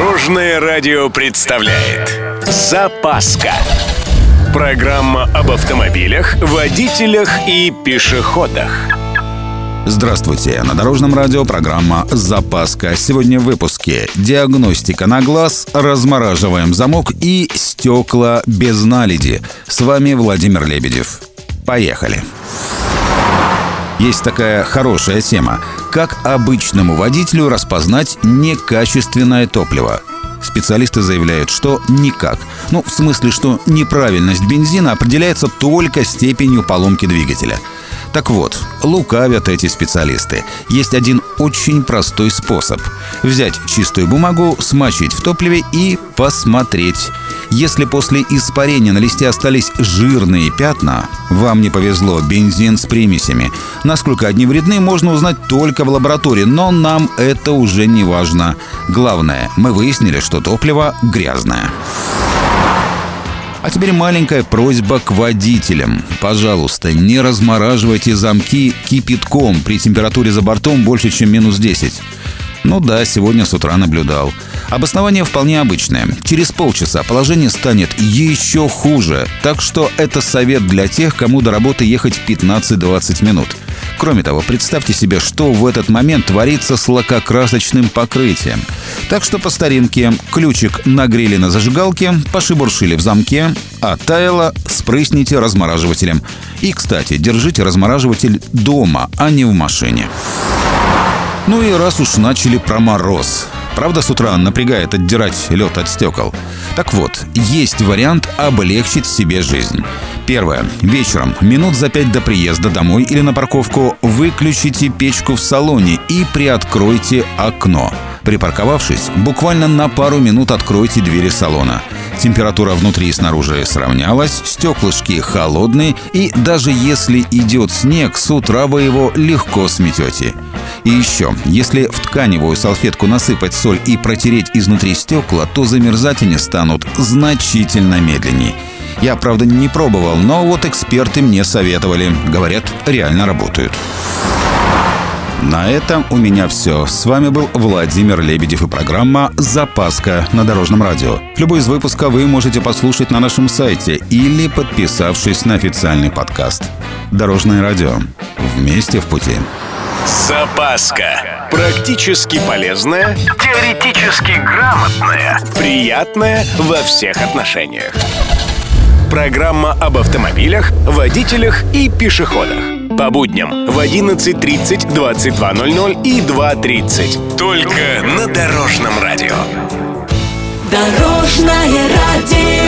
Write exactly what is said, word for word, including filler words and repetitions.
Дорожное радио представляет «Запаска». Программа об автомобилях, водителях и пешеходах. Здравствуйте! На Дорожном радио программа «Запаска». Сегодня в выпуске: диагностика на глаз, размораживаем замок и стекла без наледи. С вами Владимир Лебедев. Поехали! Есть такая хорошая тема: как обычному водителю распознать некачественное топливо? Специалисты заявляют, что никак. Ну, в смысле, что неправильность бензина определяется только степенью поломки двигателя. Так вот, лукавят эти специалисты. Есть один очень простой способ: взять чистую бумагу, смочить в топливе и посмотреть. Если после испарения на листе остались жирные пятна, вам не повезло, бензин с примесями. Насколько одни вредны, можно узнать только в лаборатории, но нам это уже не важно. Главное, мы выяснили, что топливо грязное. А теперь маленькая просьба к водителям. Пожалуйста, не размораживайте замки кипятком при температуре за бортом больше, чем минус десять. Ну да, сегодня с утра наблюдал. Обоснование вполне обычное. Через полчаса положение станет еще хуже. Так что это совет для тех, кому до работы ехать пятнадцать-двадцать минут. Кроме того, представьте себе, что в этот момент творится с лакокрасочным покрытием. Так что по старинке: ключик нагрели на зажигалке, пошибуршили в замке, оттаяло, спрысните размораживателем. И, кстати, держите размораживатель дома, а не в машине. Ну и раз уж начали про мороз. Правда, с утра напрягает отдирать лед от стекол. Так вот, есть вариант облегчить себе жизнь. Первое. Вечером, минут за пять до приезда домой или на парковку, выключите печку в салоне и приоткройте окно. Припарковавшись, буквально на пару минут откройте двери салона. Температура внутри и снаружи сравнялась, стеклышки холодные, и даже если идет снег, с утра вы его легко сметете. И еще, если в тканевую салфетку насыпать соль и протереть изнутри стекла, то замерзать они станут значительно медленнее. Я, правда, не пробовал, но вот эксперты мне советовали. Говорят, реально работают. На этом у меня все. С вами был Владимир Лебедев и программа «Запаска» на Дорожном радио. Любой из выпусков вы можете послушать на нашем сайте или подписавшись на официальный подкаст. Дорожное радио. Вместе в пути. Запаска. Практически полезная, теоретически грамотная, приятная во всех отношениях. Программа об автомобилях, водителях и пешеходах. По будням в одиннадцать тридцать, двадцать два ноль ноль и два тридцать. Только на Дорожном радио. Дорожное радио.